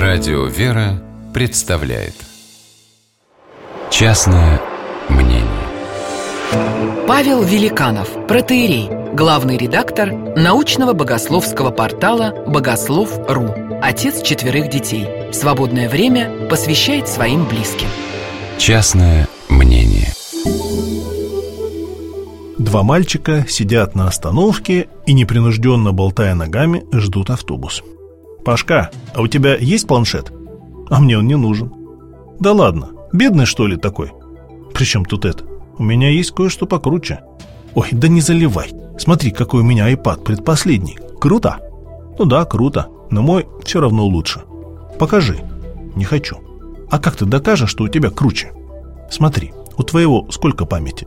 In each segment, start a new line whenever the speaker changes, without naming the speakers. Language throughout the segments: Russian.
Радио «Вера» представляет «Частное мнение».
Павел Великанов, протоиерей, главный редактор научного богословского портала «Богослов.ру», отец 4 детей. Свободное время посвящает своим близким.
Частное мнение.
2 мальчика сидят на остановке и, непринужденно болтая ногами, ждут автобус. «Пашка, а у тебя есть планшет?» «А мне он не нужен». «Да ладно, бедный что ли такой?» «При чем тут это? У меня есть кое-что покруче». «Ой, да не заливай. Смотри, какой у меня iPad предпоследний. Круто?» «Ну да, круто, но мой все равно лучше». «Покажи». «Не хочу». «А как ты докажешь, что у тебя круче?» «Смотри, у твоего сколько памяти?»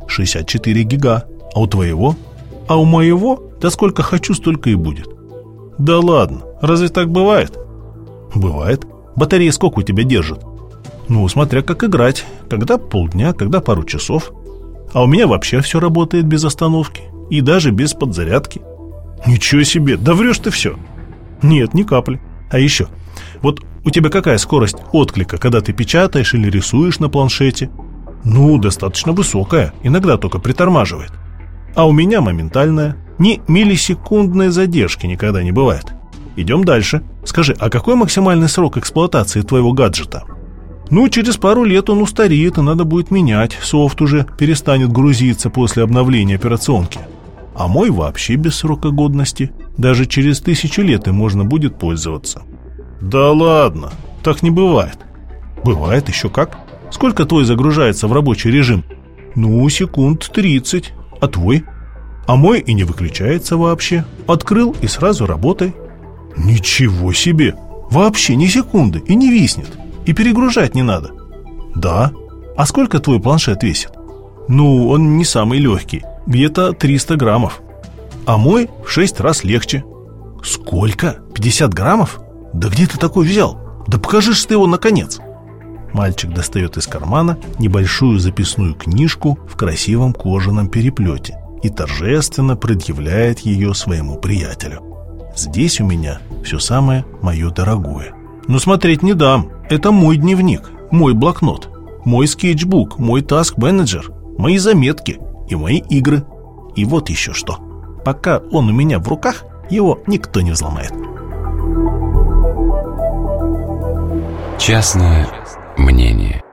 64 гига. А у твоего? А у моего? Да сколько хочу, столько и будет». «Да ладно, разве так бывает?» «Бывает. Батарея сколько у тебя держит?» «Ну, смотря как играть. Когда полдня, когда пару часов. А у меня вообще все работает без остановки. И даже без подзарядки». «Ничего себе, да врешь ты все». «Нет, ни капли. А еще, вот у тебя какая скорость отклика, когда ты печатаешь или рисуешь на планшете?» «Ну, достаточно высокая, иногда только притормаживает. А у меня моментальная. Ни миллисекундной задержки никогда не бывает. Идем дальше. Скажи, а какой максимальный срок эксплуатации твоего гаджета?» «Ну, через пару лет он устареет, и надо будет менять. Софт уже перестанет грузиться после обновления операционки. А мой вообще без срока годности. Даже через 1000 лет им можно будет пользоваться». «Да ладно, так не бывает». «Бывает, еще как. Сколько твой загружается в рабочий режим?» «Ну, секунд 30. А твой?» «А мой и не выключается вообще. Открыл и сразу работай». «Ничего себе! Вообще ни секунды и не виснет. И перегружать не надо». «Да. А сколько твой планшет весит?» «Ну, он не самый легкий. Где-то 300 граммов. А мой в 6 раз легче». «Сколько? 50 граммов? Да где ты такой взял? Да покажи ж ты его наконец». Мальчик достает из кармана небольшую записную книжку в красивом кожаном переплете и торжественно предъявляет ее своему приятелю. «Здесь у меня все самое мое дорогое. Но смотреть не дам. Это мой дневник, мой блокнот, мой скетчбук, мой таск-менеджер, мои заметки и мои игры. И вот еще что. Пока он у меня в руках, его никто не взломает».
Частное мнение.